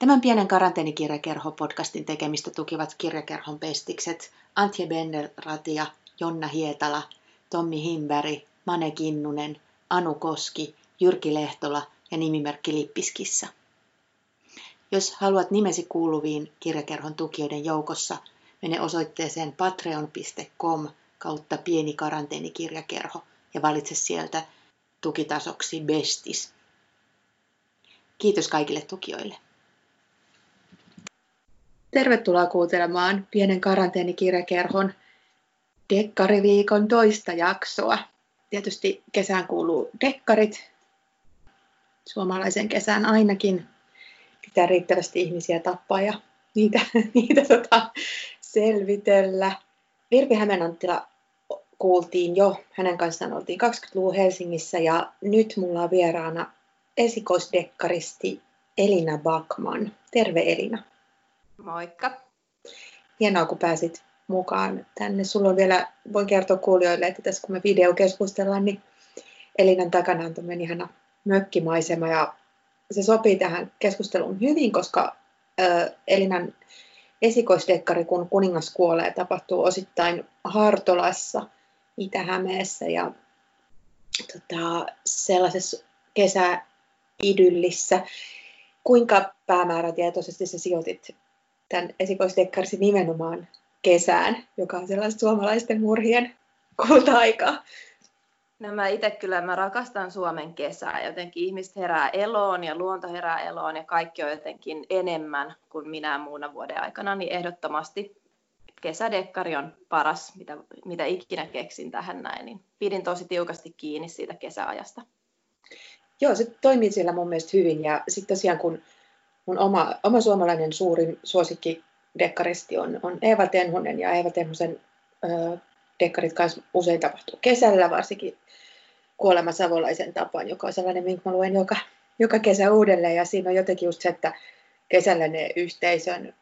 Tämän pienen karanteenikirjakerho-podcastin tekemistä tukivat kirjakerhon pestikset Antje Bender-Ratia, Jonna Hietala, Tommi Himberg, Mane Kinnunen, Anu Koski, Jyrki Lehtola ja nimimerkki Lippiskissa. Jos haluat nimesi kuuluviin kirjakerhon tukijoiden joukossa, mene osoitteeseen patreon.com/pieni karanteenikirjakerho ja valitse sieltä tukitasoksi Bestis. Kiitos kaikille tukijoille. Tervetuloa kuuntelemaan pienen karanteenikirjakerhon dekkariviikon toista jaksoa. Tietysti kesään kuuluu dekkarit. Suomalaisen kesään ainakin. Pitää riittävästi ihmisiä tappaa ja niitä selvitellä. Virpi Hämeenanttila kuultiin jo. Hänen kanssaan oltiin 20-luvun Helsingissä ja nyt mulla on vieraana esikoisdekkaristi Elina Backman. Terve Elina. Moikka. Hienoa, kun pääsit mukaan tänne. Sulla on vielä, voin kertoa kuulijoille, että tässä kun me videokeskustellaan, niin Elinan takana on tämmöinen ihana mökkimaisema ja se sopii tähän keskusteluun hyvin, koska Elinan esikoisdekkari, kun kuningas kuolee, tapahtuu osittain Hartolassa, Itä-Hämeessä ja sellaisessa kesäidyllissä. Kuinka päämäärätietoisesti sä sijoitit tämän esikoisdekkarisi nimenomaan kesään, joka on sellaista suomalaisten murhien kulta-aikaa? No mä rakastan Suomen kesää. Jotenkin ihmiset herää eloon ja luonto herää eloon ja kaikki on jotenkin enemmän kuin minä muuna vuoden aikana, niin ehdottomasti kesädekkari on paras, mitä ikinä keksin tähän näin. Niin pidin tosi tiukasti kiinni siitä kesäajasta. Joo, se toimii siellä mun mielestä hyvin ja sitten tosiaan kun mun oma suomalainen suurin suosikkidekkaristi on Eeva Tenhonen ja Eeva Tenhosen dekkarit kanssa usein tapahtuu kesällä, varsinkin Kuolema Savolaisen tapaan, joka on sellainen, minkä mä luen joka kesä uudelleen ja siinä on jotenkin just se, että kesällä ne yhteisön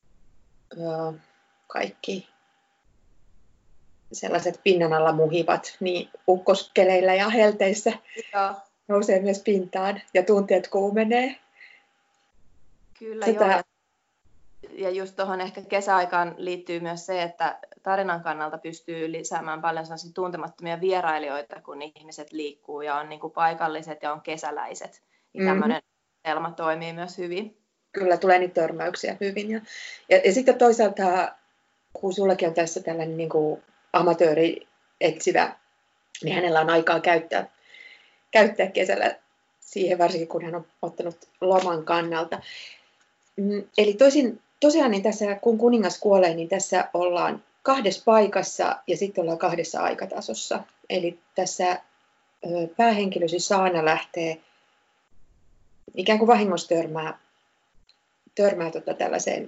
kaikki sellaiset pinnan alla muhivat niin ukkoskeleillä ja helteissä nousee myös pintaan ja tunteet kuumenee. Kyllä joo. Ja just tuohon ehkä kesäaikaan liittyy myös se, että tarinan kannalta pystyy lisäämään paljon sellaisia tuntemattomia vierailijoita, kun ihmiset liikkuu ja on niin kuin paikalliset ja on kesäläiset. Niin tämmöinen telma toimii myös hyvin. Kyllä, tulee niitä törmäyksiä hyvin. Ja sitten toisaalta, kun sullakin on tässä tällainen niin kuin amatööri etsivä, niin hänellä on aikaa käyttää kesällä siihen, varsinkin kun hän on ottanut loman kannalta. Eli tosiaan niin tässä, kun kuningas kuolee, niin tässä ollaan kahdessa paikassa ja sitten ollaan kahdessa aikatasossa. Eli tässä päähenkilösi Saana lähtee ikään kuin vahingossa törmää tällaiseen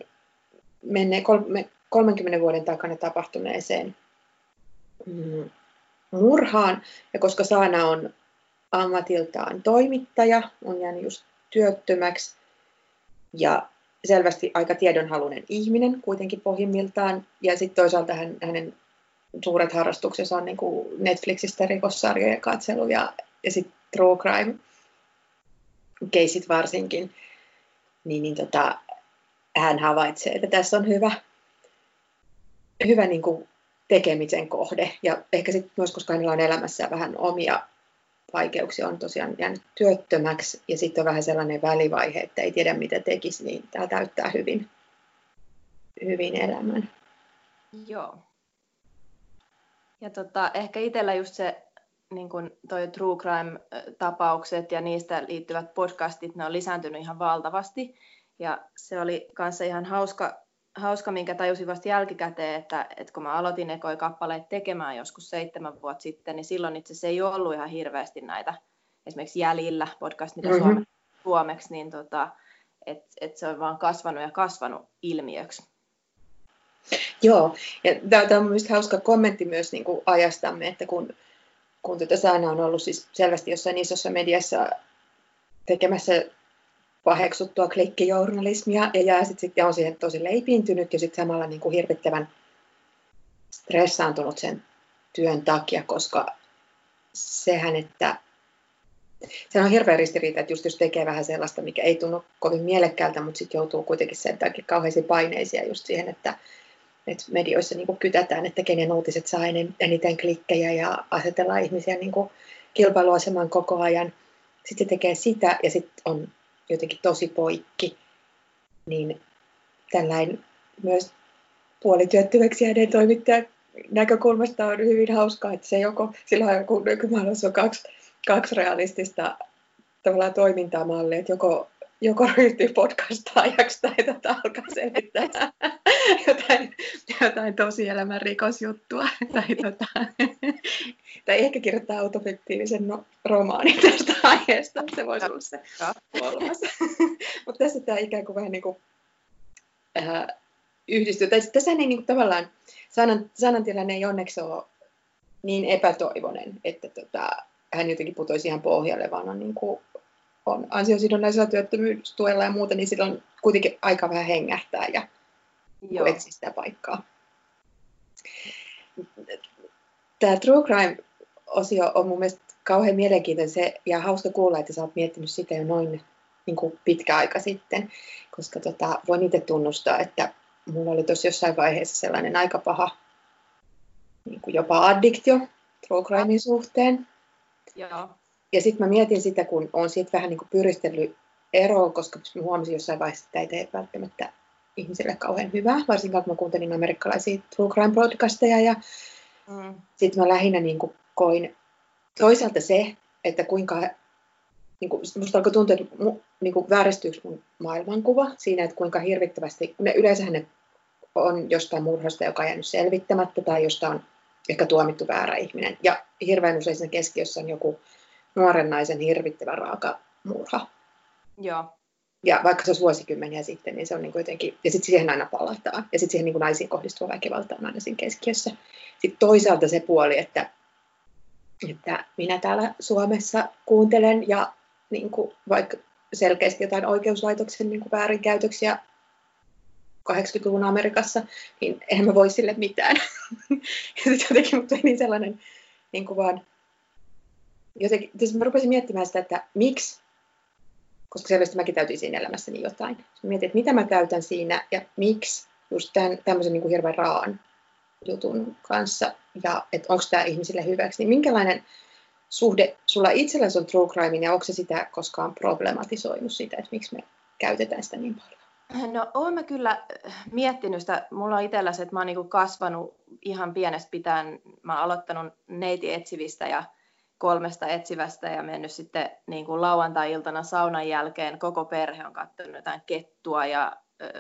30 vuoden takana tapahtuneeseen murhaan. Ja koska Saana on ammatiltaan toimittaja, on jäänyt just työttömäksi ja selvästi aika tiedonhaluinen ihminen kuitenkin pohjimmiltaan. Ja sitten toisaalta hänen suuret harrastuksensa on niin kuin Netflixistä rikossarjojen katselu ja sitten true crime keisit varsinkin. Hän havaitsee, että tässä on hyvä niin kuin tekemisen kohde. Ja ehkä sitten myös, koska hänellä on elämässä vähän omia vaikeuksia, on tosiaan jäänyt työttömäksi ja sitten on vähän sellainen välivaihe, että ei tiedä mitä tekisi, niin tämä täyttää hyvin elämän. Joo. Ja ehkä itsellä just se niin kun toi true crime-tapaukset ja niistä liittyvät podcastit, ne on lisääntynyt ihan valtavasti. Ja se oli kanssa ihan hauska, minkä tajusin vasta jälkikäteen, että kun mä aloitin ekoja kappaleita tekemään joskus 7 vuotta sitten, niin silloin itse asiassa ei ollut ihan hirveästi näitä esimerkiksi Jäljillä podcast, mitä suomeksi, niin että se on vaan kasvanut ilmiöksi. Joo, ja tämä on mielestäni hauska kommentti myös niin kuin ajastamme, että kun Saana on ollut siis selvästi jossain isossa mediassa tekemässä paheksuttua klikkijournalismia ja on siihen tosi leipiintynyt ja sitten samalla niin kuin hirvittävän stressaantunut sen työn takia, koska sehän, että Se on hirveä ristiriita, että just jos tekee vähän sellaista, mikä ei tunnu kovin mielekkäältä, mutta sitten joutuu kuitenkin sen takia kauheisiin paineisiin just siihen, että medioissa niin kuin kytätään, että kenen uutiset saa eniten klikkejä ja asetellaan ihmisiä niin kuin kilpailuasemaan koko ajan. Sitten se tekee sitä ja sitten on jotenkin tosi poikki. Niin tällainen myös puolityöttömäksi jäädeen toimittajan näkökulmasta on hyvin hauskaa, että se silloin kun nykymaailmassa on kaksi realistista tavallaan toimintamallia, että joko ryhtyy podcastaajaksi tai alkaa selittää jotain tosielämän rikosjuttua tai ehkä kirjoittaa autofiktiivisen romaanin tästä aiheesta, se voisi olla se kolmas. Mutta tässä tämä ikään kuin vähän niin kuin yhdistyy. Tässä ei niin kuin tavallaan sanantilanne ei onneksi ole niin epätoivoinen, että hän jotenkin putoisi ihan pohjalle, vaan on ansiosidonnaisella työttömyystuella ja muuta, niin sillä on kuitenkin aika vähän hengähtää ja etsiä sitä paikkaa. Tämä True Crime-osio on mun mielestä kauhean mielenkiintoinen ja hauska kuulla, että sä oot miettinyt sitä jo noin niin kuin pitkä aika sitten, koska voin itse tunnustaa, että mulla oli tuossa jossain vaiheessa sellainen aika paha niin kuin jopa addiktio True Crimein suhteen. Joo. Ja sitten mä mietin sitä, kun olen siitä vähän niin kuin pyristellyt eroon, koska mä huomasin jossain vaiheessa, että ei tee välttämättä ihmisille kauhean hyvää, varsinkaan kun mä kuuntelin amerikkalaisia True Crime-podcasteja. Ja sitten mä lähinnä niin kuin koin toisaalta se, että kuinka, niin kuin, musta alkoi tuntua, että niin kuin vääristyykö mun maailmankuva siinä, että kuinka hirvittävästi, yleensähän ne on jostain murhasta, joka on jäänyt selvittämättä tai josta on ehkä tuomittu väärä ihminen. Ja hirveän usein siinä keskiössä on joku nuoren naisen hirvittävä raaka murha. Joo. Ja vaikka se olisi vuosikymmeniä sitten, niin se on niin kuin jotenkin, ja sitten siihen aina palataan. Ja sitten siihen niin kuin naisiin kohdistuva väkivalta on aina siinä keskiössä. Sitten toisaalta se puoli, että minä täällä Suomessa kuuntelen ja niin kuin vaikka selkeästi jotain oikeuslaitoksen niin kuin väärinkäytöksiä 80-luvun Amerikassa, niin eihän mä voi sille mitään. Ja sitten jotenkin mut niin sellainen niin kuin vaan, jotenkin, mä rupesin miettimään sitä, että miksi, koska selvästi mäkin täytin siinä elämässäni jotain. Mä mietin, että mitä mä täytän siinä ja miksi just tämmöisen niin kuin hirveän raan jutun kanssa ja että onko tämä ihmisille hyväksi. Niin minkälainen suhde sulla itselläsi on True Crimein ja onko se sitä koskaan problematisoinut sitä, että miksi me käytetään sitä niin paljon? No olen mä kyllä miettinyt sitä. Mulla on itsellä se, että mä oon niinku kasvanut ihan pienestä pitäen. Mä oon aloittanut neiti etsivistä ja 3 etsivästä ja mennyt sitten niin kuin lauantai-iltana saunan jälkeen. Koko perhe on katsonut jotain Kettua ja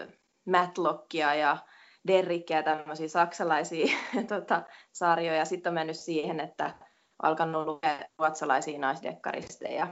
Matlockia ja Derrickiä ja tämmöisiä saksalaisia sarjoja. Sitten on mennyt siihen, että alkanut lukea ruotsalaisia naisdekkaristeja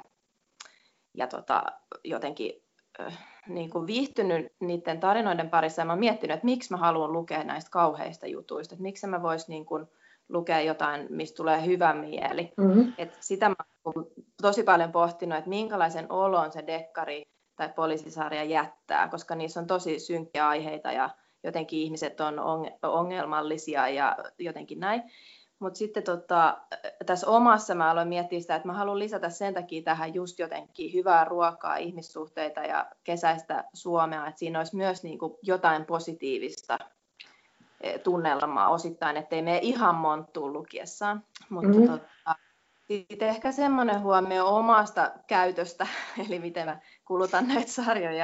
ja jotenkin niin kuin viihtynyt niiden tarinoiden parissa ja mä oon miettinyt, että miksi mä haluan lukea näistä kauheista jutuista, että miksi mä vois niin kuin lukea jotain, mistä tulee hyvä mieli. Mm-hmm. Et sitä mä oon tosi paljon pohtinut, että minkälaisen olon se dekkari tai poliisisarja jättää, koska niissä on tosi synkkiä aiheita ja jotenkin ihmiset on ongelmallisia ja jotenkin näin. Mutta sitten tässä omassa mä aloin miettiä sitä, että mä haluan lisätä sen takia tähän just jotenkin hyvää ruokaa, ihmissuhteita ja kesäistä Suomea, että siinä olisi myös niin kuin jotain positiivista tunnelmaa osittain, ettei mene ihan monttuun lukiessaan. Mutta sitten ehkä semmoinen huomio omasta käytöstä, eli miten mä kulutan näitä sarjoja.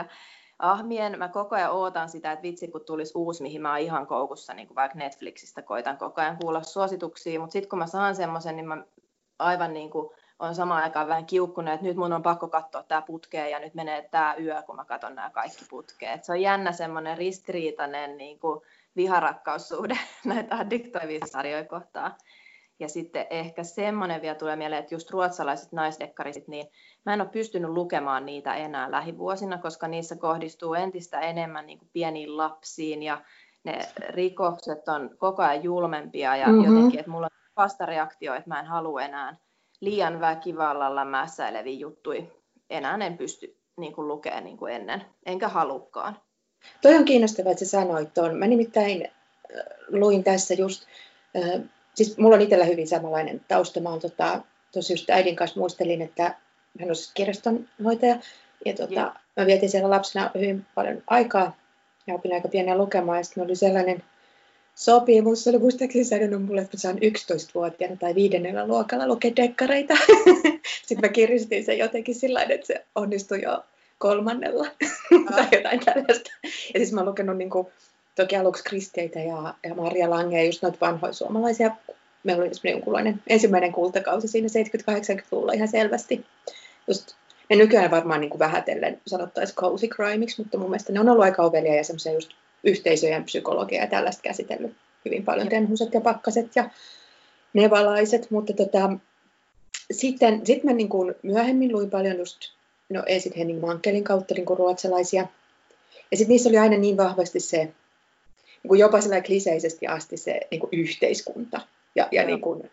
Mä koko ajan ootan sitä, että vitsi kun tulisi uusi, mihin mä oon ihan koukussa, niin kuin vaikka Netflixistä koitan koko ajan kuulla suosituksia, mutta sitten kun mä saan semmoisen, niin mä aivan niin kuin on samaan aikaan vähän kiukkunut, että nyt mun on pakko katsoa tämä putkeen ja nyt menee tämä yö, kun mä katson nämä kaikki putkeet. Se on jännä semmoinen ristiriitainen niin kuin viharakkaussuhde näitä addiktoivia sarjoja kohtaan. Ja sitten ehkä semmoinen vielä tulee mieleen, että just ruotsalaiset naisdekkariset, niin mä en ole pystynyt lukemaan niitä enää lähivuosina, koska niissä kohdistuu entistä enemmän niin kuin pieniin lapsiin ja ne rikokset on koko ajan julmempia ja jotenkin, että mulla on vastareaktio, että mä en halua enää liian väkivallalla mässäileviä juttuja. Enää en pysty niin kuin lukemaan niin kuin ennen, enkä halukkaan. Toi on kiinnostavaa, että sä sanoit tuon. Mä nimittäin luin tässä just... Siis mulla on itsellä hyvin samanlainen tausta. Mä oon tuossa just äidin kanssa muistelin, että hän on siis kirjastonhoitaja. Ja mä vietin siellä lapsena hyvin paljon aikaa ja opin aika pienellä lukemaan. Ja sitten oli sellainen sopimus, se oli muistaakseni sanonut mulle, että saan 11-vuotiaana tai 5. luokalla lukea dekkareita. Sitten mä kiristin sen jotenkin sillä tavalla, että se onnistui jo 3. tai jotain tällaista. Ja siis mä oon lukenut niin kuin, toki aluksi Kristeitä ja Maria Langea, just noita vanhoja suomalaisia. Meillä oli jonkunlainen ensimmäinen kultakausi siinä 70-80-luvulla ihan selvästi. Just, ne nykyään varmaan niin kuin vähätellen sanottaisiin cozy crimeiksi, mutta mun mielestä ne on ollut aika ovelia ja semmoisia just yhteisöjen psykologia ja tällaista käsitellyt hyvin paljon. Tenhuset ja Pakkaset ja Nevalaiset, mutta sitten mä niin kuin myöhemmin luin paljon just, no ei sitten Henning Mankelin kautta niin kuin ruotsalaisia. Ja sitten niissä oli aina niin vahvasti se, niin kuin jopa sellainen kliseisesti asti se niin kuin yhteiskunta ja niin kuin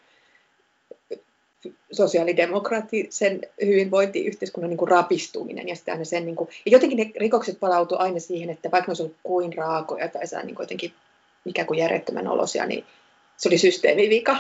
sosiaalidemokraattisen hyvinvointiyhteiskunnan niin kuin rapistuminen. Ja, aina sen, niin kuin, ja jotenkin ne rikokset palautuivat aina siihen, että vaikka ne olisi ollut kuin raakoja tai niin kuin jotenkin ikään kuin järjettömän olosia, niin se oli systeemivika.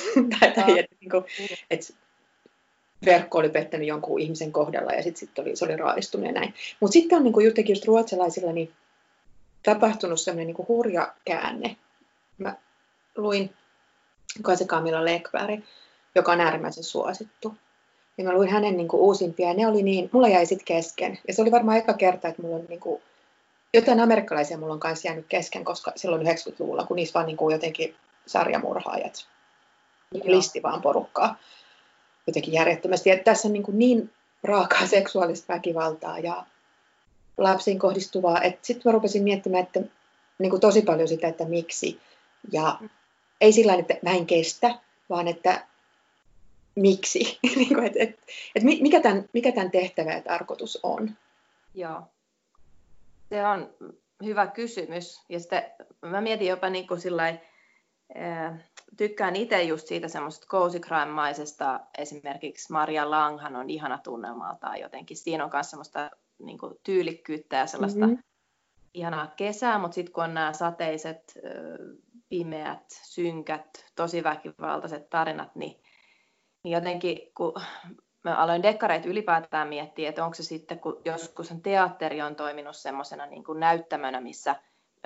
Että verkko oli pettänyt jonkun ihmisen kohdalla ja sitten se oli raalistunut ja näin. Mutta sitten on niin kuin jotenkin just ruotsalaisilla niin tapahtunut sellainen niin kuin hurja käänne. Mä luin Camilla Läckberg, joka on äärimmäisen suosittu. Ja mä luin hänen niin kuin uusimpia ja ne oli niin, mulla jäi sitten kesken. Ja se oli varmaan eka kerta, että mulla on niin kuin, jotain amerikkalaisia mulla on kanssa jäänyt kesken, koska silloin 90-luvulla, kun niissä vaan niin kuin jotenkin sarjamurhaajat listi vaan porukkaa jotenkin järjettömästi. Ja tässä on niin raakaa seksuaalista väkivaltaa ja lapsiin kohdistuvaa, että sitten mä rupesin miettimään, että niin kuin tosi paljon sitä, että miksi. Ja ei sillä tavalla, että mä en kestä, vaan että miksi. Mikä tämän tehtävä ja tarkoitus on? Joo. Se on hyvä kysymys. Ja sitten mä mietin jopa niin kuin sillai, tykkään itse just siitä semmoista cozy crime-maisesta, esimerkiksi Maria Langhan on ihana tunnelmaltaan jotenkin. Siinä on myös semmoista niin kuin tyylikkyyttä ja sellaista ihanaa kesää, mutta sitten kun on nämä sateiset, pimeät, synkät, tosi väkivaltaiset tarinat, niin jotenkin kun mä aloin dekkareita ylipäätään miettiä, että onko se sitten, kun joskus teatteri on toiminut semmoisena niin kuin näyttämönä, missä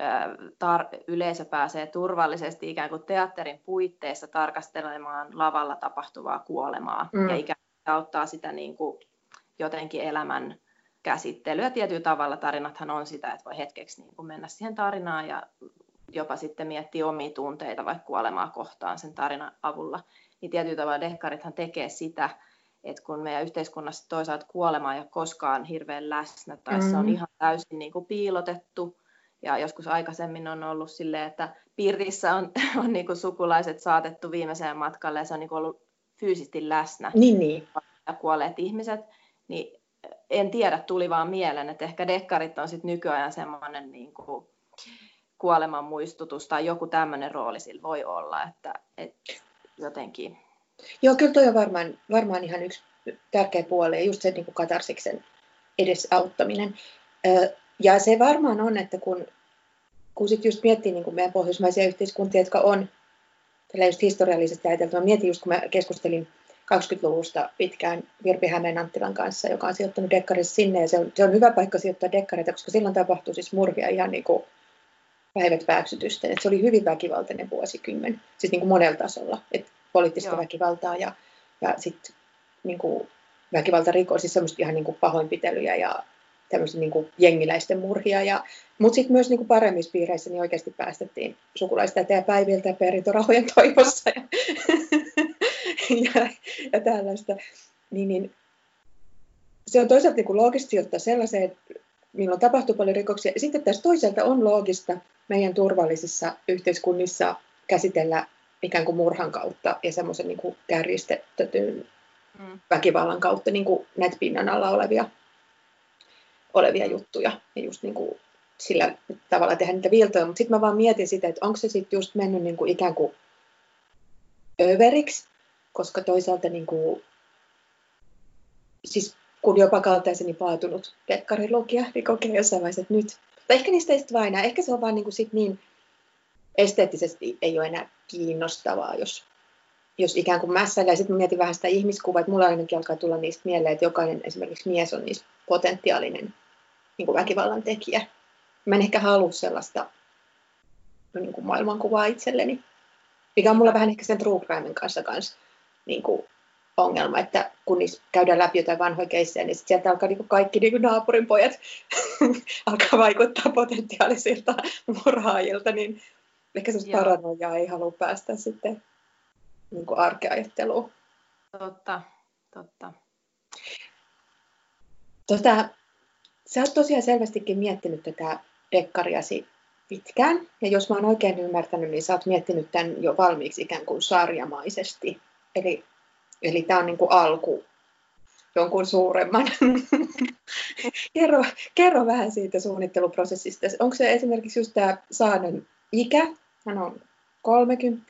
yleisö pääsee turvallisesti ikään kuin teatterin puitteissa tarkastelemaan lavalla tapahtuvaa kuolemaa ja ikään kuin auttaa sitä niin kuin jotenkin elämän käsittelyä. Tietyllä tavalla tarinathan on sitä, että voi hetkeksi niin kuin mennä siihen tarinaan ja jopa sitten miettiä omia tunteita vaikka kuolemaa kohtaan sen tarinan avulla. Niin tietyllä tavalla dekkarithan tekee sitä, että kun meidän yhteiskunnassa toisaalta kuolema ei ole koskaan hirveän läsnä tai se on ihan täysin niin kuin piilotettu. Ja joskus aikaisemmin on ollut silleen, että piirissä on niin kuin sukulaiset saatettu viimeiseen matkalle ja se on niin kuin ollut fyysisesti läsnä. Niin. Ja kuolleet ihmiset. Niin en tiedä, tuli vaan mieleen, että ehkä dekkarit on sitten nykyajan semmoinen niin kuin kuoleman muistutus tai joku tämmöinen rooli sillä voi olla, että jotenkin. Joo, kyllä toi on varmaan ihan yksi tärkeä puoli ja just se niin kuin katarsiksen edesauttaminen. Ja se varmaan on, että kun sit just miettii niin kuin meidän pohjoismaisia yhteiskuntia, jotka on tällä just historiallisesti ajateltu. Mä mietin just, kun mä keskustelin 20-luvusta pitkään Virpi Hämeen-Anttilan kanssa, joka on sijoittanut dekkarissa sinne. Ja se on hyvä paikka sijoittaa dekkareita, koska silloin tapahtui siis murhia ihan niin kuin päivät pääksytysten. Se oli hyvin väkivaltainen vuosikymmen, siis niin kuin monella tasolla. Poliittista väkivaltaa ja sitten niin kuin väkivaltarikos, siis semmoista ihan niin kuin pahoinpitelyjä ja tämmöisiä niin kuin jengiläisten murhia. Mutta sitten myös niin kuin paremmissa piireissä niin oikeasti päästettiin sukulaista ja päiviltä ja perintörahojen toivossa ja tällaista. Niin, se on toisaalta niin kuin loogista sijoittaa sellaiseen, milloin tapahtuu paljon rikoksia. Ja sitten tässä toisaalta on loogista meidän turvallisissa yhteiskunnissa käsitellä ikään kuin murhan kautta ja semmoisen niin kuin kärjistetyn väkivallan kautta niin kuin näitä pinnan alla olevia juttuja ja just niin kuin sillä tavalla tehdä niitä viiltoja. Mutta sitten mä vaan mietin sitä, että onko se sitten just mennyt niin kuin ikään kuin överiksi, koska toisaalta niin kuin, siis kun jopa kaltaiseni paatunut dekkarilukija, niin kokee jossain vaiheessa, että nyt. Tai ehkä niistä ei sitten vaan enää. Ehkä se on vaan niin kuin sit niin esteettisesti ei ole enää kiinnostavaa, jos jos ikään kuin mässäillä, ja sitten mietin vähän sitä ihmiskuvaa, että mulla ainakin alkaa tulla niistä mieleen, että jokainen esimerkiksi mies on niistä potentiaalinen niin kuin väkivallan tekijä. Mä en ehkä halua sellaista niin kuin maailmankuvaa itselleni, mikä on mulla vähän ehkä sen true crimen kanssa niin kuin ongelma, että kun niissä käydään läpi jotain vanhoja keissejä, niin sieltä alkaa niin kaikki niin naapurin pojat alkaa vaikuttaa potentiaalisilta murhaajilta, niin ehkä sellaista paranoiaa ei halua päästä sitten niin kuin arkeajatteluun. Totta. Sä oot tosiaan selvästikin miettinyt tätä dekkariasi pitkään, ja jos mä oon oikein ymmärtänyt, niin sä oot miettinyt tämän jo valmiiksi ikään kuin sarjamaisesti. Eli tämä on niin kuin alku jonkun suuremman. Kerro vähän siitä suunnitteluprosessista. Onko se esimerkiksi just tämä Saanan ikä, hän on 30,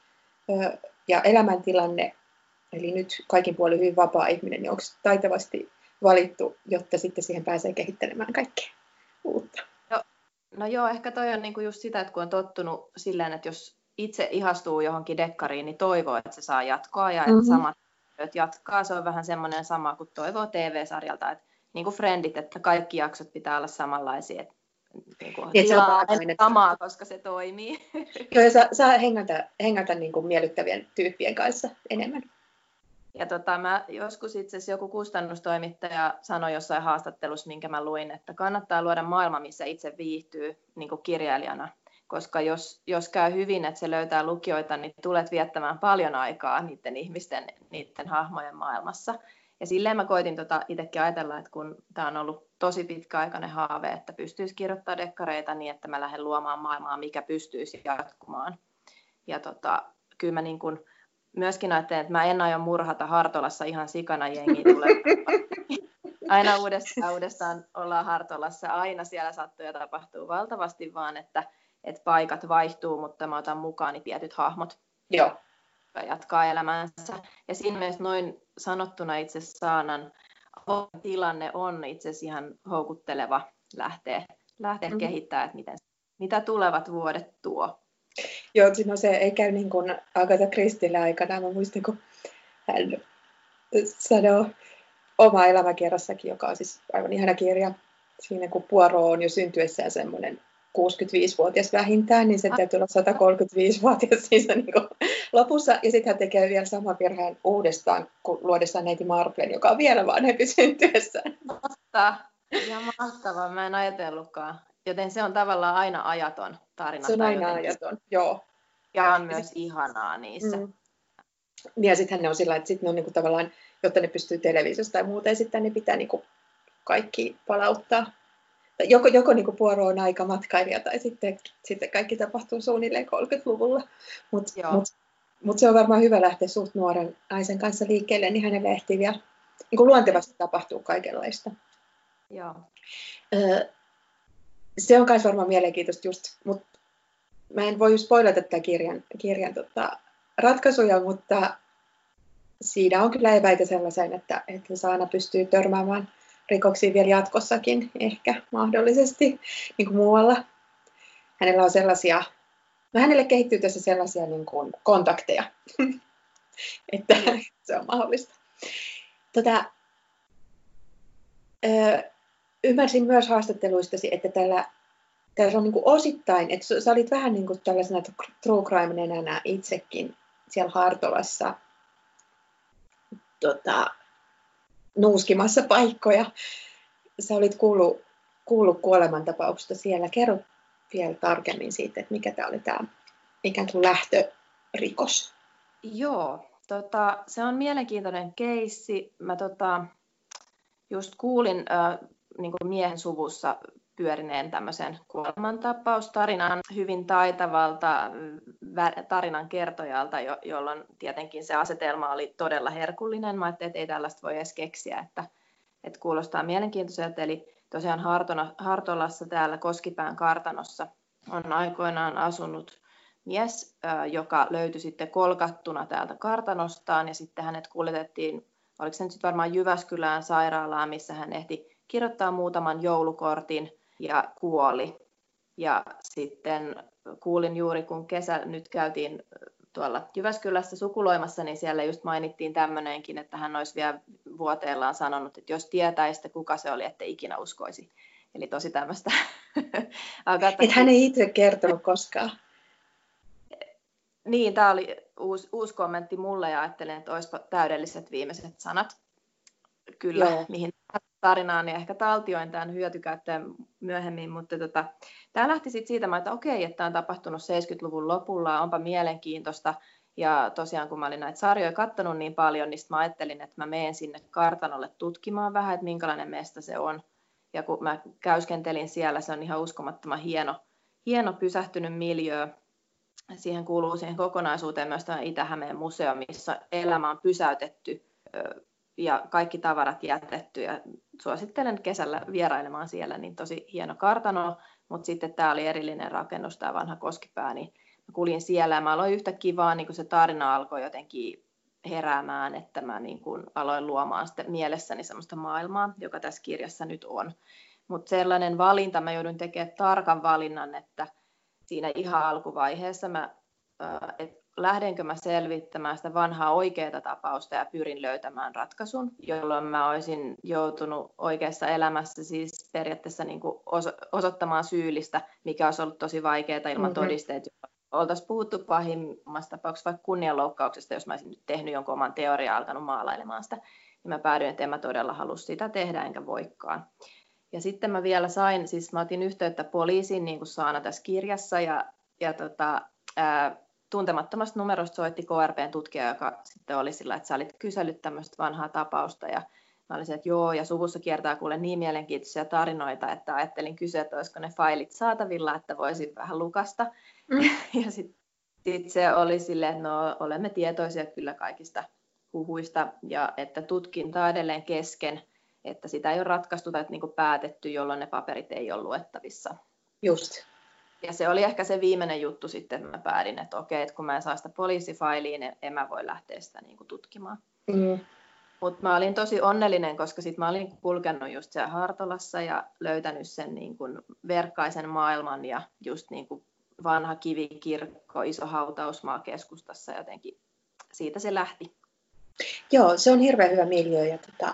ja elämäntilanne, eli nyt kaikin puolin hyvin vapaa ihminen, niin onko se taitavasti valittu, jotta sitten siihen pääsee kehittelemään kaikkea uutta? No joo, ehkä toi on niinku just sitä, että kun on tottunut silleen, että jos itse ihastuu johonkin dekkariin, niin toivoo, että se saa jatkoa ja että samat jatkaa. Se on vähän semmoinen sama kuin toivoo TV-sarjalta, että niin kuin Friendit, että kaikki jaksot pitää olla samanlaisia. Että niin kuin tilaa samaa, koska se toimii. Joo, ja saa hengätä niin kuin miellyttävien tyyppien kanssa enemmän. Ja mä joskus itse asiassa joku kustannustoimittaja sanoi jossain haastattelussa, minkä mä luin, että kannattaa luoda maailma, missä itse viihtyy niin kuin kirjailijana. Koska jos käy hyvin, että se löytää lukijoita, niin tulet viettämään paljon aikaa niiden ihmisten, niiden hahmojen maailmassa. Ja silleen mä koitin itsekin ajatella, että kun tämä on ollut tosi pitkäaikainen haave, että pystyisi kirjoittamaan dekkareita niin, että mä lähden luomaan maailmaa, mikä pystyisi jatkumaan. Ja kyllä mä niin kun myöskin ajattelen, että mä en aio murhata Hartolassa ihan sikana jengiä tulee. Aina uudestaan ollaan Hartolassa, aina siellä sattuu ja tapahtuu valtavasti, vaan että paikat vaihtuu, mutta mä otan mukaani tietyt hahmot. Joo. Ja jatkaa elämäänsä. Ja siinä mielessä noin sanottuna itse Saanan tilanne on itse asiassa ihan houkutteleva lähteä kehittämään, että mitä tulevat vuodet tuo. Joo, no se ei käy niin kuin Agatha Christielle aikana. Mä muistan, kun hän sanoo oma elämäkerrassakin, joka on siis aivan ihana kirja. Siinä kun Poirot on jo syntyessään semmoinen 65-vuotias vähintään, niin se täytyy olla 135-vuotias siinä niin kuin lopussa. Ja sitten hän tekee vielä saman virheen uudestaan, kun luodessaan neiti Marplen, joka on vielä vanhempi syntyessään. Totta. Ihan mahtavaa. Mä en ajatellutkaan. Joten se on tavallaan aina ajaton tarina. Se on aina ajaton, joo. Ja on myös ihanaa niissä. Ja sittenhän ne on sillä, että sitten ne on niinku tavallaan, jotta ne pystyy televisiosta tai muuta esittämään, niin pitää niinku kaikki palauttaa. Joko niinku Poirot on aika matkailija tai sitten kaikki tapahtuu suunnilleen 30-luvulla. Mutta se on varmaan hyvä lähteä suht nuoren naisen kanssa liikkeelle, niin hänelle ehtii vielä niinku luontevasti tapahtuu kaikenlaista. Joo. Se on myös varmaan mielenkiintoista just, mutta mä en voi spoilata tätä kirjan ratkaisuja, mutta siinä on kyllä eväitä sellaisen, että Saana pystyy törmäämään rikoksiin vielä jatkossakin, ehkä mahdollisesti, niin kuin muualla. Hänellä on hänelle kehittyy tässä sellaisia niin kuin kontakteja, että se on mahdollista. Ymmärsin myös haastatteluistasi, että täällä on niin kuin osittain, että sä olit vähän niin kuin tällaisena true crime-nenänä itsekin siellä Hartolassa nuuskimassa paikkoja. Sä olit kuullut kuolemantapauksesta siellä. Kerro vielä tarkemmin siitä, että mikä tämä oli tämä ikään kuin lähtörikos. Joo, se on mielenkiintoinen keissi. Mä just kuulin niin kuin miehen suvussa pyörineen tämmöisen kuolemantapaustarinan hyvin taitavalta tarinan kertojalta, jolloin tietenkin se asetelma oli todella herkullinen. Mä ajattelin, että ei tällaista voi edes keksiä, että kuulostaa mielenkiintoiselta. Eli tosiaan Hartolassa täällä Koskipään kartanossa on aikoinaan asunut mies, joka löytyi sitten kolkattuna täältä kartanostaan ja sitten hänet kuljetettiin, oliko se nyt sitten varmaan Jyväskylään sairaalaan, missä hän ehti kirjoittaa muutaman joulukortin ja kuoli. Ja sitten kuulin juuri, kun nyt käytiin tuolla Jyväskylässä sukuloimassa, niin siellä just mainittiin tämmöinenkin, että hän olisi vielä vuoteellaan sanonut, että jos tietäisitte, kuka se oli, ettei ikinä uskoisi. Eli tosi tämmöistä. Että hän ei itse kertonut koskaan. Niin, tämä oli uusi kommentti mulle ja ajattelin, että olisipa täydelliset viimeiset sanat. Kyllä, joo. Mihin tarinaan, niin ehkä taltioin tämän hyötykäyttäjän myöhemmin, mutta tämä lähti siitä, että okei, että tämä on tapahtunut 70-luvun lopulla, onpa mielenkiintoista. Ja tosiaan, kun mä olin näitä sarjoja katsonut niin paljon, niin mä ajattelin, että mä menen sinne kartanolle tutkimaan vähän, että minkälainen mesta se on. Ja kun mä käyskentelin siellä, se on ihan uskomattoman hieno pysähtynyt miljöö. Siihen kuuluu siihen kokonaisuuteen myös tämä Itä-Hämeen museo, missä elämä on pysäytetty ja kaikki tavarat jätetty. Ja suosittelen kesällä vierailemaan siellä, niin tosi hieno kartano, mutta sitten tämä oli erillinen rakennus, tämä vanha Koskipää, niin mä kuljin siellä ja mä aloin yhtäkkiä vaan, niin kun se tarina alkoi jotenkin heräämään, että mä niin kun aloin luomaan sitten mielessäni sellaista maailmaa, joka tässä kirjassa nyt on. Mutta sellainen valinta, mä joudun tekemään tarkan valinnan, että siinä ihan alkuvaiheessa lähdenkö mä selvittämään sitä vanhaa oikeaa tapausta ja pyrin löytämään ratkaisun, jolloin mä olisin joutunut oikeassa elämässä siis periaatteessa niin kuin osoittamaan syyllistä, mikä olisi ollut tosi vaikeaa ilman todisteita. Oltaisiin puhuttu pahimmassa tapauksessa vaikka kunnianloukkauksesta, jos mä olisin nyt tehnyt jonkun oman teoriaa alkanut maalailemaan sitä, niin mä päädyin, että en mä todella halua sitä tehdä enkä voikaan. Ja sitten mä vielä mä otin yhteyttä poliisiin, niin kuin Saana tässä kirjassa, ja tuntemattomasta numerosta soitti KRP:n tutkija, joka sitten oli sillä, että sä olit kysellyt tämmöistä vanhaa tapausta, ja mä olisin, että joo, ja suvussa kiertää kuule niin mielenkiintoisia tarinoita, että ajattelin kysyä, että olisiko ne failit saatavilla, että voisin vähän lukasta. Ja sitten se oli silleen, että no olemme tietoisia kyllä kaikista huhuista, ja että tutkinta on edelleen kesken, että sitä ei ole ratkaistu tai niin kuin päätetty, jolloin ne paperit ei ole luettavissa. Just. Ja se oli ehkä se viimeinen juttu sitten, että mä päädin, että okei, että kun mä en saa sitä poliisifailiin, niin en mä voi lähteä sitä niin kuin tutkimaan. Mutta mä olin tosi onnellinen, koska sitten mä olin kulkenut just siellä Hartolassa ja löytänyt sen niin kuin verkkaisen maailman ja just niin kuin vanha kivikirkko, iso hautausmaa keskustassa jotenkin. Siitä se lähti. Joo, se on hirveän hyvä miljö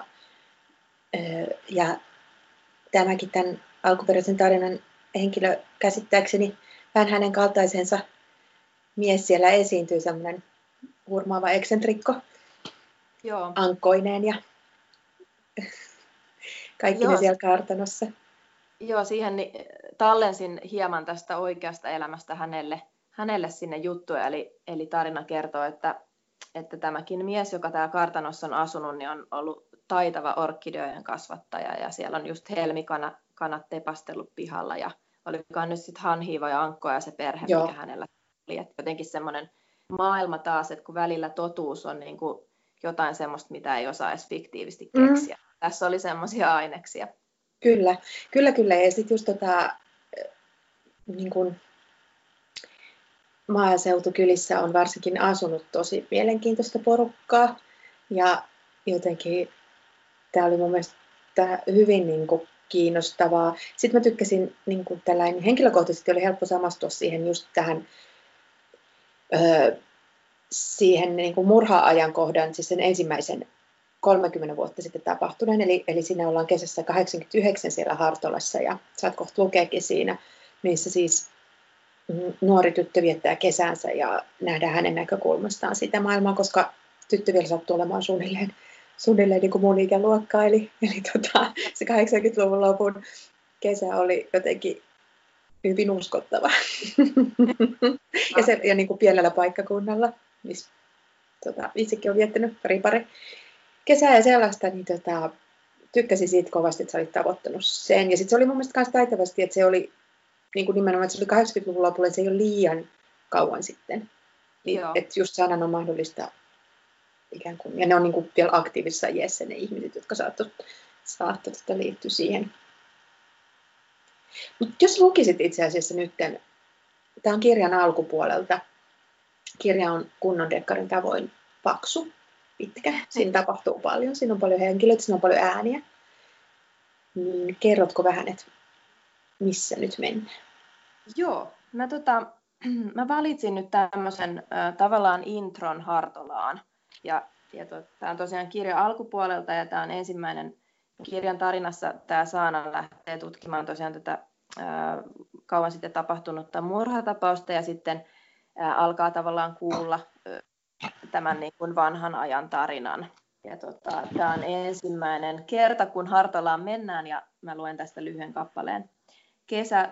ja tämäkin tämän alkuperäisen tarinan henkilö käsittääkseni vähän hänen kaltaisensa mies siellä esiintyy, semmoinen hurmaava eksentrikko. Joo. Ankkoineen ja kaikki ne siellä kartanossa. Joo, siihen tallensin hieman tästä oikeasta elämästä hänelle sinne juttuja, eli tarina kertoo, että tämäkin mies, joka täällä kartanossa on asunut, niin on ollut taitava orkideojen kasvattaja, ja siellä on just helmikanat tepastellut pihalla, ja olikaan nyt sitten hanhiiva ja ankkoja ja se perhe, Joo. mikä hänellä oli. Et jotenkin semmoinen maailma taas, että kun välillä totuus on niin kuin jotain semmoista, mitä ei osaa edes fiktiivisesti keksiä. Tässä oli semmoisia aineksia. Kyllä. Ja sitten just niin kuin maaseutukylissä on varsinkin asunut tosi mielenkiintoista porukkaa. Ja jotenkin tämä oli mun mielestä hyvin niin kuin kiinnostavaa. Sitten mä tykkäsin, niin kuin tällainen henkilökohtaisesti oli helppo samastua siihen just tähän siihen niin kuin murha-ajankohdan, siis sen ensimmäisen 30 vuotta sitten tapahtuneen, eli siinä ollaan kesässä 89 siellä Hartolassa, ja saat kohta lukeekin siinä, missä siis nuori tyttö viettää kesänsä, ja nähdään hänen näkökulmastaan sitä maailmaa, koska tyttö vielä sattuu olemaan suunnilleen niin kuin mun ikäluokka, eli se 80-luvun lopun kesä oli jotenkin hyvin uskottava. ja niin kuin pienellä paikkakunnalla, missä itsekin olen viettänyt pari kesää ja sellaista, niin tykkäsin siitä kovasti, että sä olit tavoittanut sen. Ja sitten se oli mun mielestä myös taitavasti, että se oli niin kuin nimenomaan, että se oli 80-luvun lopulla, se ei ole liian kauan sitten. Niin, että just sanan on mahdollista ikään kuin, ja ne on niin kuin vielä aktiivisessa iässä ne ihmiset, jotka saattoi liittyä siihen. Mutta jos lukisit itse asiassa nyt, tämä on kirjan alkupuolelta, kirja on kunnon dekkarin tavoin paksu, pitkä, siinä tapahtuu paljon, siinä on paljon henkilöitä, siinä on paljon ääniä. Niin kerrotko vähän, että missä nyt mennään? Joo, mä mä valitsin nyt tämmöisen tavallaan intron Hartolaan. Tämä on tosiaan kirja alkupuolelta ja tämä on ensimmäinen kirjan tarinassa. Tämä Saana lähtee tutkimaan tosiaan tätä kauan sitten tapahtunutta murhatapausta ja sitten alkaa tavallaan kuulla tämän niin kuin vanhan ajan tarinan. Ja tämä on ensimmäinen kerta, kun Hartolaan mennään ja mä luen tästä lyhyen kappaleen. Kesä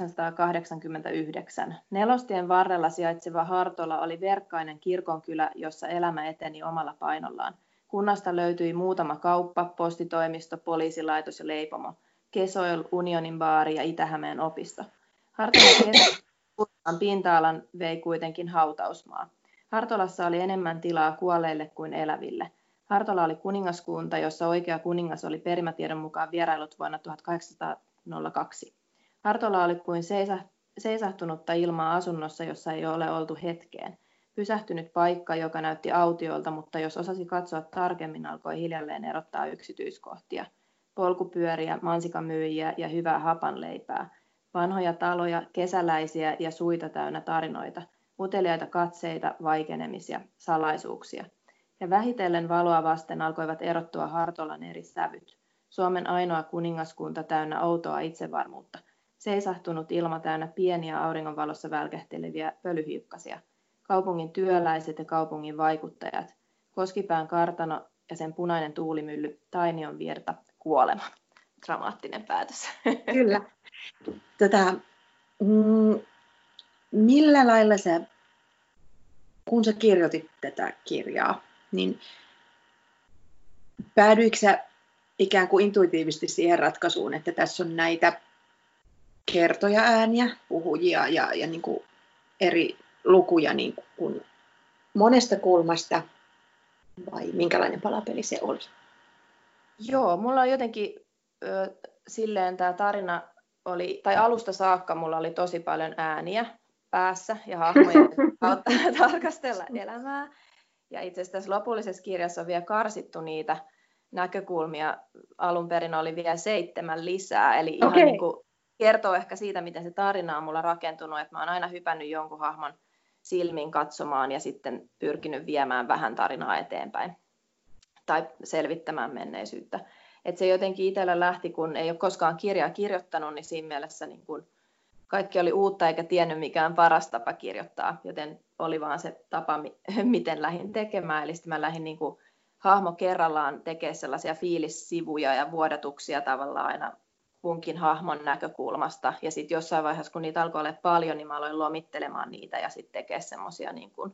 1989. Nelostien varrella sijaitseva Hartola oli verkkainen kirkonkylä, jossa elämä eteni omalla painollaan. Kunnasta löytyi muutama kauppa, postitoimisto, poliisilaitos ja leipomo, Kesoil, Unionin baari ja Itä-Hämeen opisto. Hartolan pinta-alan vei kuitenkin hautausmaa. Hartolassa oli enemmän tilaa kuolleille kuin eläville. Hartola oli kuningaskunta, jossa oikea kuningas oli perimätiedon mukaan vierailut vuonna 1802. Hartola oli kuin seisahtunutta ilmaa asunnossa, jossa ei ole oltu hetkeen. Pysähtynyt paikka, joka näytti autiolta, mutta jos osasi katsoa tarkemmin, alkoi hiljalleen erottaa yksityiskohtia. Polkupyöriä, mansikamyyjiä ja hyvää hapanleipää. Vanhoja taloja, kesäläisiä ja suita täynnä tarinoita. Uteliaita katseita, vaikenemisia, salaisuuksia. Ja vähitellen valoa vasten alkoivat erottua Hartolan eri sävyt. Suomen ainoa kuningaskunta täynnä outoa itsevarmuutta. Seisahtunut ilma täynnä pieniä auringonvalossa välkähteleviä pölyhiukkasia. Kaupungin työläiset ja kaupungin vaikuttajat. Koskipään kartano ja sen punainen tuulimylly, Tainion virta, kuolema. Dramaattinen päätös. Kyllä. Millä lailla sä, kun sä kirjoitit tätä kirjaa, niin päädyikö sä ikään kuin intuitiivisesti siihen ratkaisuun, että tässä on näitä kertoja ääniä, puhujia ja niin kuin eri lukuja niin kuin monesta kulmasta, vai minkälainen palapeli se oli? Joo, mulla on jotenkin silleen tämä tarina oli, tai alusta saakka mulla oli tosi paljon ääniä päässä ja hahmojen kautta tarkastella elämää. Ja itse asiassa tässä lopullisessa kirjassa on vielä karsittu niitä näkökulmia. Alun perin oli vielä 7 lisää, eli ihan niin kuin kertoo ehkä siitä, miten se tarina on mulla rakentunut, että mä oon aina hypännyt jonkun hahmon silmin katsomaan ja sitten pyrkinyt viemään vähän tarinaa eteenpäin tai selvittämään menneisyyttä. Että se jotenkin itsellä lähti, kun ei ole koskaan kirjaa kirjoittanut, niin siinä mielessä niin kun kaikki oli uutta eikä tiennyt mikään paras tapa kirjoittaa, joten oli vaan se tapa, miten lähdin tekemään. Eli sitten mä lähdin niin kuin hahmo kerrallaan tekemään sellaisia fiilissivuja ja vuodatuksia tavallaan aina kunkin hahmon näkökulmasta. Ja sitten jossain vaiheessa, kun niitä alkoi olla paljon, niin mä aloin lomittelemaan niitä ja sitten tekemään semmoisia niin kuin,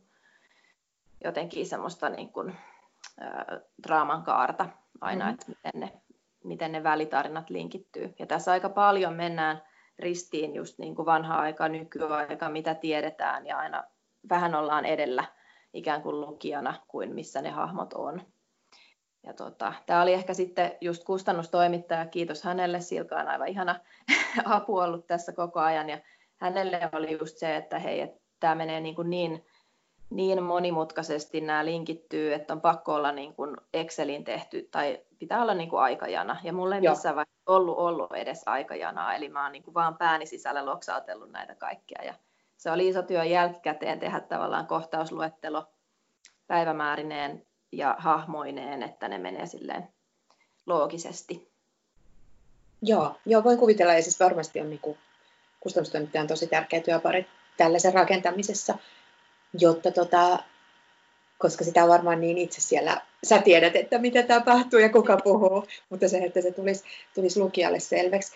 jotenkin semmoista niin kuin, draaman kaarta aina, että miten ne välitarinat linkittyy. Ja tässä aika paljon mennään ristiin just niin kuin vanha aika, nykyaika, mitä tiedetään ja aina vähän ollaan edellä ikään kuin lukijana kuin missä ne hahmot on. Ja tämä oli ehkä sitten just kustannustoimittaja, kiitos hänelle, Silka on aivan ihana apu ollut tässä koko ajan ja hänelle oli just se, että hei, että tämä menee niin monimutkaisesti nämä linkittyy, että on pakko olla niin kuin Excelin tehty tai pitää olla niin kuin aikajana. Ja mulla ei missään vaiheessa ollut edes aikajanaa, eli mä oon niin kuin vaan pääni sisällä loksautellut näitä kaikkia. Ja se oli iso työ jälkikäteen tehdä tavallaan kohtausluettelo päivämäärineen ja hahmoineen, että ne menee silleen loogisesti. Joo, voin kuvitella, ja siis varmasti on niin kuin kustannustoimittajan tosi tärkeä työpari tällaisen rakentamisessa. Jotta koska sitä on varmaan niin itse siellä, sä tiedät, että mitä tapahtuu ja kuka puhuu, mutta se, että se tulisi lukijalle selväksi.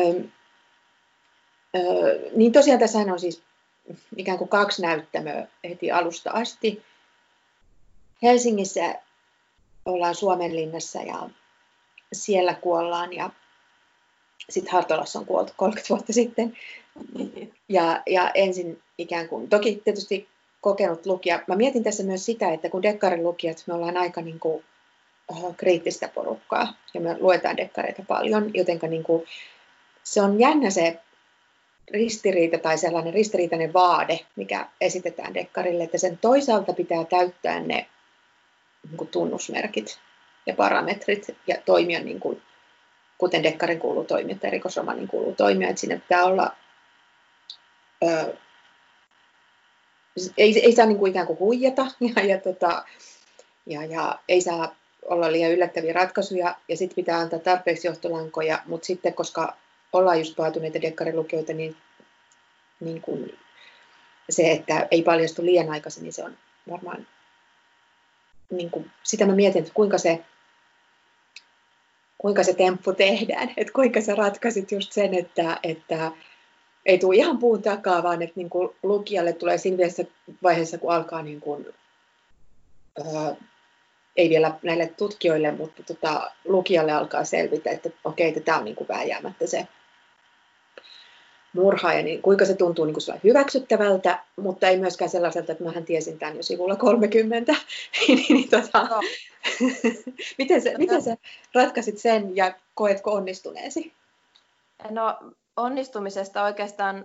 Niin tosiaan tässä on siis ikään kuin 2 näyttämöä heti alusta asti. Helsingissä ollaan Suomenlinnassa ja siellä kuollaan ja sitten Hartolassa on kuoltu 30 vuotta sitten. Ja ensin ikään kuin, toki tietysti kokenut lukija. Mä mietin tässä myös sitä, että kun dekkarin lukijat, me ollaan aika niin kuin, kriittistä porukkaa ja me luetaan dekkareita paljon, jotenka niin kuin, se on jännä se ristiriita tai sellainen ristiriitainen vaade, mikä esitetään dekkarille, että sen toisaalta pitää täyttää ne niin kuin tunnusmerkit ja parametrit ja toimia niin kuin, kuten dekkarin kuuluu toimia tai rikosromaanin kuuluu toimia, että siinä pitää olla ei saa niin kuin ikään kuin huijata ja ei saa olla liian yllättäviä ratkaisuja ja sitten pitää antaa tarpeeksi johtolankoja, mutta sitten koska ollaan just paatuneita dekkarilukijoita, niin kuin se, että ei paljastu liian aikaisin, niin se on varmaan, niin kuin, sitä mä mietin, että kuinka se temppu tehdään, että kuinka sä ratkaisit just sen, että ei tule ihan puun takaa, vaan että niin kuin lukijalle tulee siinä vaiheessa, kun alkaa, niin kuin, ei vielä näille tutkijoille, mutta lukijalle alkaa selvitä, että okei, tämä on niin kuin vääjäämättä se murhaaja, niin kuinka se tuntuu niin kuin hyväksyttävältä, mutta ei myöskään sellaiselta, että mähän tiesin tämän jo sivulla 30. No. Miten sä ratkaisit sen ja koetko onnistuneesi? No onnistumisesta oikeastaan,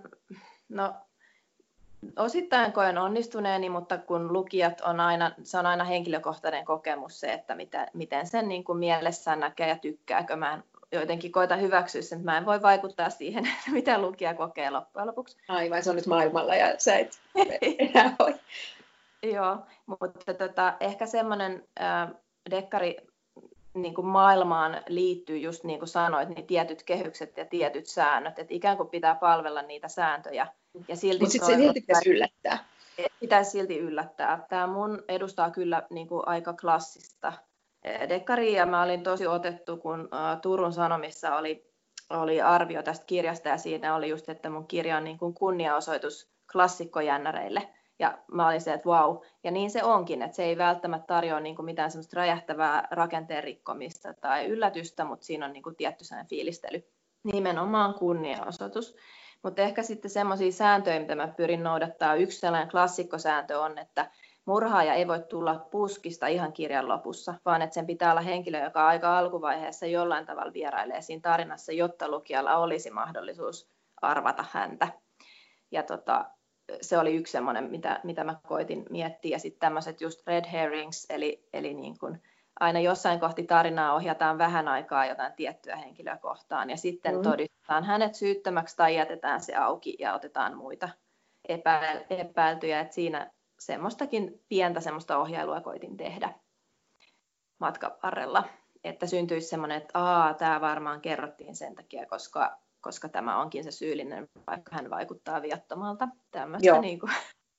osittain koen onnistuneeni, mutta kun lukijat se on aina henkilökohtainen kokemus se, että miten sen niin kuin mielessään näkee ja tykkääkö. Mä jotenkin koitan hyväksyä sen, että mä en voi vaikuttaa siihen, mitä lukija kokee loppujen lopuksi. Aivan, se on nyt maailmalla ja sä et enää voi. Joo, mutta ehkä semmoinen dekkari niin kuin maailmaan liittyy just niin kuin sanoit, niin tietyt kehykset ja tietyt säännöt, että ikään kuin pitää palvella niitä sääntöjä. Mutta sitten se silti pitäisi yllättää. Pitäisi silti yllättää. Tämä mun edustaa kyllä niin kuin aika klassista dekkaria, ja mä olin tosi otettu, kun Turun Sanomissa oli arvio tästä kirjasta, ja siinä oli just, että mun kirja on niin kuin kunniaosoitus klassikkojännäreille. Ja mä olin se, että vau. Ja niin se onkin, että se ei välttämättä tarjoa niin kuin mitään semmoista räjähtävää rakenteen rikkomista tai yllätystä, mutta siinä on niin kuin tietty sellainen fiilistely. Nimenomaan kunniaosoitus. Mutta ehkä sitten semmoisia sääntöjä, mitä mä pyrin noudattaa. Yksi sellainen klassikkosääntö on, että murhaaja ei voi tulla puskista ihan kirjan lopussa, vaan että sen pitää olla henkilö, joka aika alkuvaiheessa jollain tavalla vierailee siinä tarinassa, jotta lukijalla olisi mahdollisuus arvata häntä. Ja se oli yksi semmoinen, mitä mä koitin miettiä. Ja sitten tämmöiset just red herrings, eli niin kuin aina jossain kohti tarinaa ohjataan vähän aikaa jotain tiettyä henkilöä kohtaan. Ja sitten todistetaan hänet syyttömäksi tai jätetään se auki ja otetaan muita epäiltyjä. Et siinä semmoistakin pientä semmoista ohjailua koitin tehdä matkan varrella. Että syntyisi semmoinen, että tämä varmaan kerrottiin sen takia, koska tämä onkin se syyllinen, vaikka hän vaikuttaa viattomalta. Tämmöistä niin kuin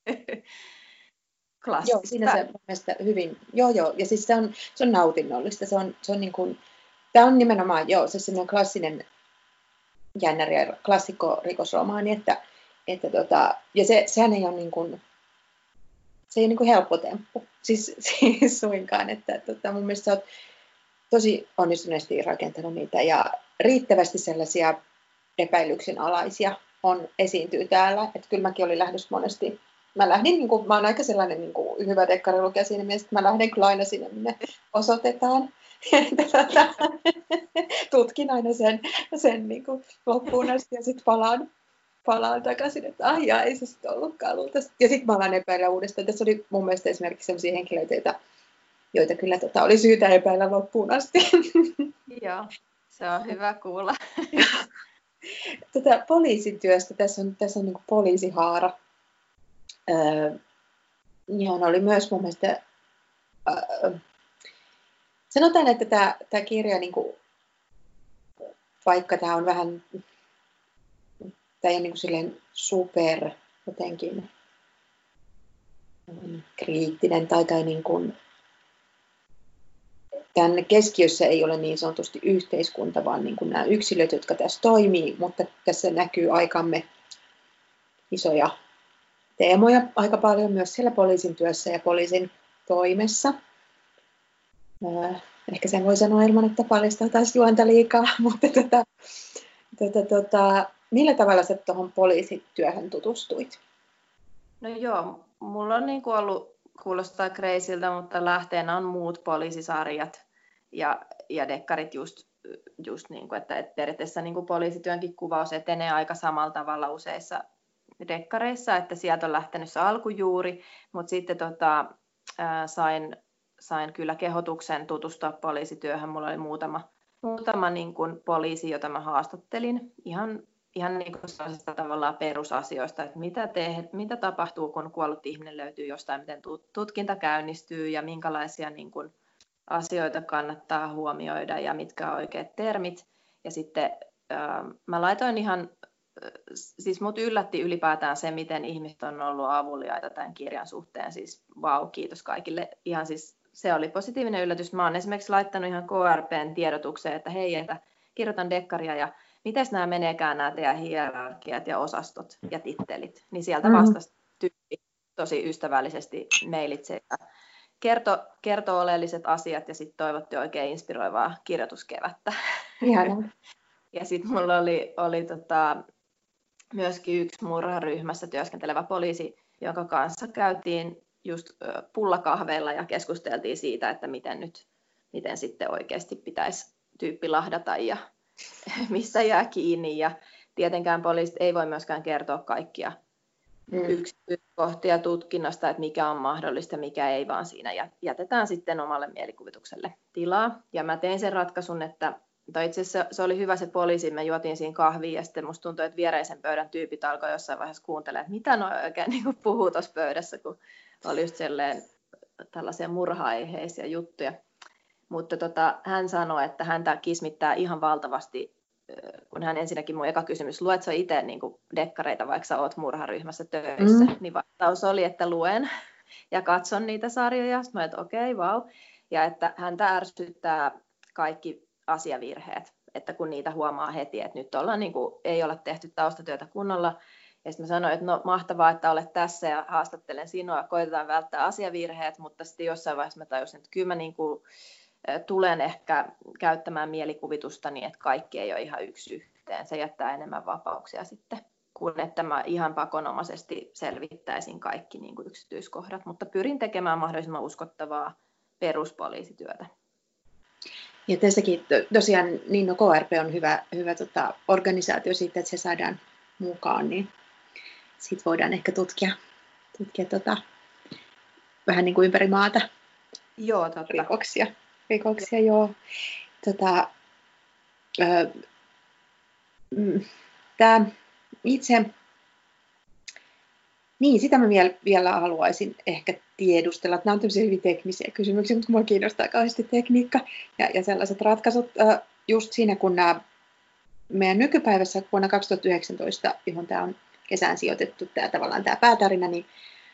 klassista. Joo, siinä se mun mielestä hyvin, joo, ja siis se on nautinnollista, se on niin kuin, tämä on nimenomaan, se semmoinen klassinen jännäri ja klassikko rikosromaani, ja sehän ei ole niin kuin, se ei ole niin kuin helppo temppu, siis suinkaan, että mun mielestä sä oot tosi onnistuneesti rakentanut niitä, ja riittävästi sellaisia epäilyksen alaisia esiintyy täällä, että kyllä mäkin olin lähdössä monesti. Mä oon aika sellainen niin kuin hyvä dekkarilukija siinä mielessä, että mä lähden kyllä aina sinne, minne osoitetaan. Tutkin aina sen niin kuin loppuun asti ja sitten palaan takaisin, että ei se sitten ollutkaan luultavasti. Ja sitten mä alan epäillä uudestaan. Tässä oli mun mielestä esimerkiksi sellaisia henkilöitä, joita kyllä oli syytä epäillä loppuun asti. Joo, se on hyvä kuulla. Poliisityöstä, tässä on niin kuin poliisihaara. Johon oli myös mun mielestä, sanotaan, että tämä kirja, niin kuin, vaikka tämä on vähän, tämä ei ole niin kuin silleen super jotenkin kriittinen tai niin kuin, tämän keskiössä ei ole niin sanotusti yhteiskunta, vaan niin kuin nämä yksilöt, jotka tässä toimii, mutta tässä näkyy aikamme isoja teemoja aika paljon myös siellä poliisin työssä ja poliisin toimessa. Ehkä sen voi sanoa ilman, että paljastaa taas juonta liikaa, mutta millä tavalla sä tuohon poliisityöhön tutustuit? No joo, mulla on niin kuin ollut, kuulostaa crazyltä, mutta lähteenä on muut poliisisarjat ja dekkarit just niin kuin, että periaatteessa niin kuin poliisityönkin kuvaus etenee aika samalla tavalla useissa dekkareissa, että sieltä on lähtenyt se alkujuuri, mutta sitten sain kyllä kehotuksen tutustua poliisityöhön. Mulla oli muutama niin kuin poliisi, jota mä haastattelin ihan niin kuin sellaisista tavallaan perusasioista, että mitä tapahtuu, kun kuollut ihminen löytyy jostain, miten tutkinta käynnistyy ja minkälaisia niin kuin asioita kannattaa huomioida ja mitkä on oikeat termit. Ja sitten mä laitoin ihan, siis mut yllätti ylipäätään se, miten ihmiset on ollut avuliaita tämän kirjan suhteen. Siis kiitos kaikille. Ihan siis se oli positiivinen yllätys. Mä oon esimerkiksi laittanut ihan KRPn tiedotukseen, että hei, että kirjoitan dekkaria ja miten nämä meneekään nämä teidän hierarkiat ja osastot ja tittelit. Niin sieltä vastasi tyyppi tosi ystävällisesti mailitse ja kertoo oleelliset asiat ja sitten toivotti oikein inspiroivaa kirjoituskevättä. Ihanaa. Ja sitten mulla oli myöskin yksi murharyhmässä työskentelevä poliisi, jonka kanssa käytiin just pullakahveilla ja keskusteltiin siitä, että miten sitten oikeasti pitäisi tyyppi lahdata ja missä jää kiinni. Ja tietenkään poliisit ei voi myöskään kertoa kaikkia yksityiskohtia tutkinnasta, että mikä on mahdollista ja mikä ei, vaan siinä jätetään sitten omalle mielikuvitukselle tilaa. Ja mä tein sen ratkaisun, tai itse asiassa se oli hyvä se poliisi, me juotiin siinä kahvia ja sitten musta tuntui, että viereisen pöydän tyypit alkoi jossain vaiheessa kuuntelemaan, että mitä noi oikein niin puhuu tuossa pöydässä, kun oli just tällaisia murha-aiheisia juttuja. Mutta hän sanoi, että häntä kismittää ihan valtavasti, kun hän ensinnäkin mun eka kysymys, luet sä itse niin dekkareita, vaikka sä oot murharyhmässä töissä, niin vastaus oli, että luen ja katson niitä sarjoja. Sitten mä olin, että okei, vau. Ja että häntä ärsyttää kaikki asiavirheet, että kun niitä huomaa heti, että nyt ei olla tehty taustatyötä kunnolla. Ja sitten mä sanoin, että no mahtavaa, että olet tässä ja haastattelen sinua, koitetaan välttää asiavirheet, mutta sitten jossain vaiheessa mä tajusin, että kyllä mä tulen ehkä käyttämään mielikuvitustani, että kaikki ei ole ihan yksi yhteen. Se jättää enemmän vapauksia sitten, kuin että mä ihan pakonomaisesti selvittäisin kaikki yksityiskohdat, mutta pyrin tekemään mahdollisimman uskottavaa peruspoliisityötä. Ja tässäkin tosiaan niin KRP on hyvä organisaatio siitä, että se saadaan mukaan, niin sitten voidaan ehkä tutkia vähän niin kuin ympäri maata. Joo, totta. Rikoksia, joo. Tämä itse, niin sitä mä vielä haluaisin ehkä tiedustella. Nämä on tämmöisiä hyvin teknisiä kysymyksiä, mutta minua kiinnostaa kauheasti tekniikka ja sellaiset ratkaisut. Just siinä, kun meidän nykypäivässä vuonna 2019, johon tämä on kesään sijoitettu, tavallaan tämä päätarina, niin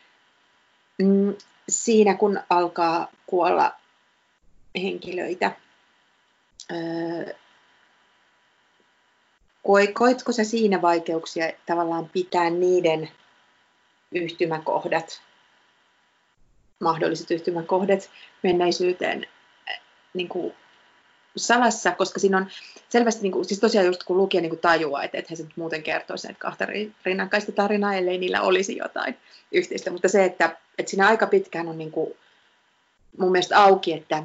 siinä kun alkaa kuolla henkilöitä, koitko sä siinä vaikeuksia tavallaan pitää niiden mahdolliset yhtymäkohdat menneisyyteen niin kuin salassa, koska siinä on selvästi, niin kuin, siis tosiaan just kun lukija niin kuin tajuaa, että he nyt muuten kertoisi näitä kahta rinnakkaista tarinaa, ellei niillä olisi jotain yhteistä, mutta se, että siinä aika pitkään on niin kuin, mun mielestä auki, että